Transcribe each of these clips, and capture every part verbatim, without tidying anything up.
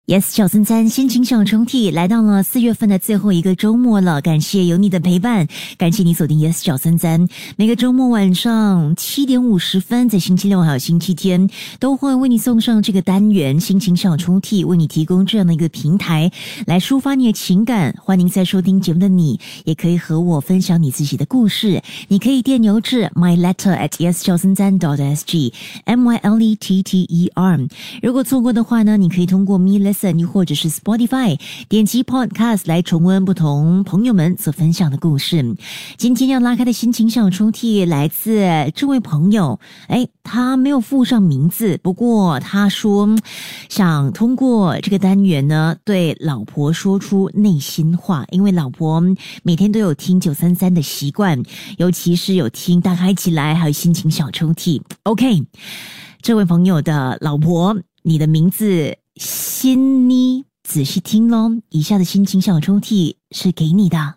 Yes， 小森森心情小抽屉来到了四月份的最后一个周末了，感谢有你的陪伴，感谢你锁定 Yes 小森森。每个周末晚上七点五十分，在星期六还有星期天，都会为你送上这个单元心情小抽屉，为你提供这样的一个平台来抒发你的情感。欢迎在收听节目的你，也可以和我分享你自己的故事。你可以电邮至 my letter at yes 小森森 dot s g m y l e t t e r。如果错过的话呢，你可以通过 Me Listen又或者是 Spotify 点击 Podcast 来重温不同朋友们所分享的故事。今天要拉开的心情小抽屉来自这位朋友，诶，他没有附上名字，不过他说想通过这个单元呢，对老婆说出内心话，因为老婆每天都有听九三三的习惯，尤其是有听大开起来还有心情小抽屉。 OK， 这位朋友的老婆，你的名字心妮，仔细听咯，以下的心情小抽屉是给你的。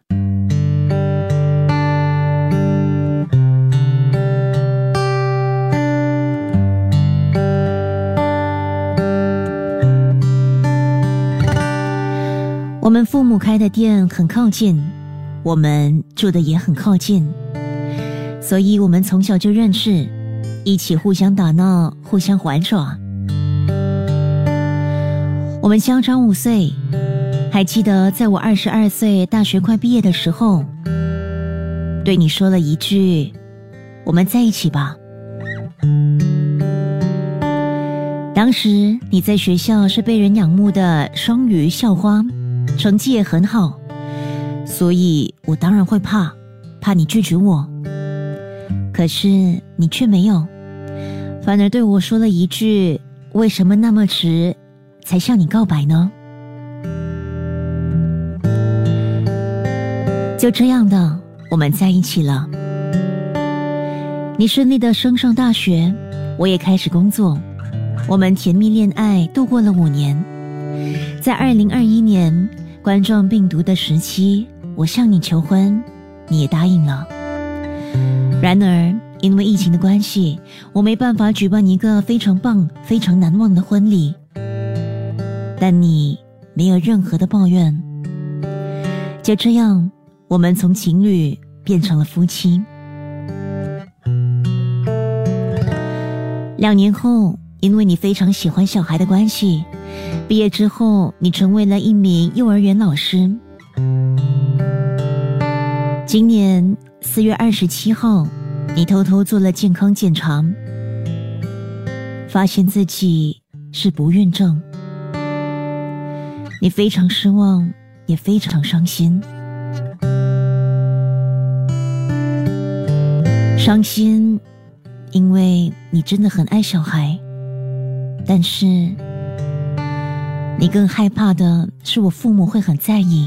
我们父母开的店很靠近，我们住的也很靠近，所以我们从小就认识，一起互相打闹，互相玩耍。我们相差五岁，还记得在我二十二岁大学快毕业的时候，对你说了一句，我们在一起吧。当时你在学校是被人仰慕的双语校花，成绩也很好，所以我当然会怕，怕你拒绝我。可是你却没有，反而对我说了一句，为什么那么迟才向你告白呢？就这样的，我们在一起了。你顺利的升上大学，我也开始工作，我们甜蜜恋爱度过了五年。在二零二一年冠状病毒的时期，我向你求婚，你也答应了。然而因为疫情的关系，我没办法举办一个非常棒非常难忘的婚礼，但你没有任何的抱怨。就这样，我们从情侣变成了夫妻。两年后，因为你非常喜欢小孩的关系，毕业之后你成为了一名幼儿园老师。今年四月二十七号，你偷偷做了健康检查，发现自己是不孕症。你非常失望，也非常伤心。伤心，因为你真的很爱小孩，但是你更害怕的是我父母会很在意。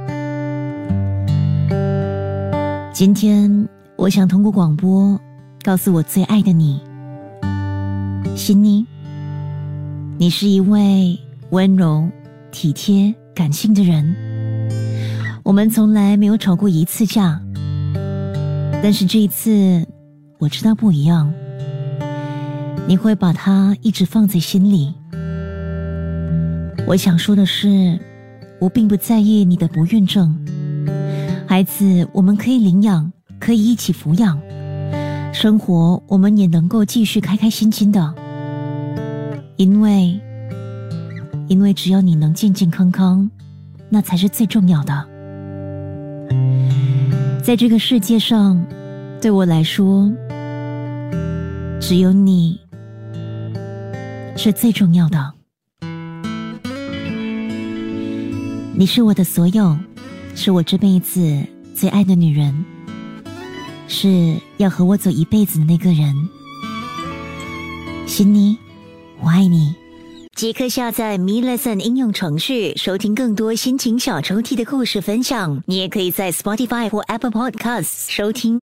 今天我想通过广播告诉我最爱的你，心妮，你是一位温柔体贴感性的人，我们从来没有吵过一次架，但是这一次我知道不一样，你会把它一直放在心里。我想说的是，我并不在意你的不孕症，孩子我们可以领养，可以一起抚养，生活我们也能够继续开开心心的，因为因为只要你能健健康康，那才是最重要的。在这个世界上，对我来说，只有你是最重要的。你是我的所有，是我这辈子最爱的女人，是要和我走一辈子的那个人。心妮，我爱你。即刻下载 Me Listen 应用程序，收听更多心情小抽屉的故事分享。你也可以在 Spotify 或 Apple Podcasts 收听。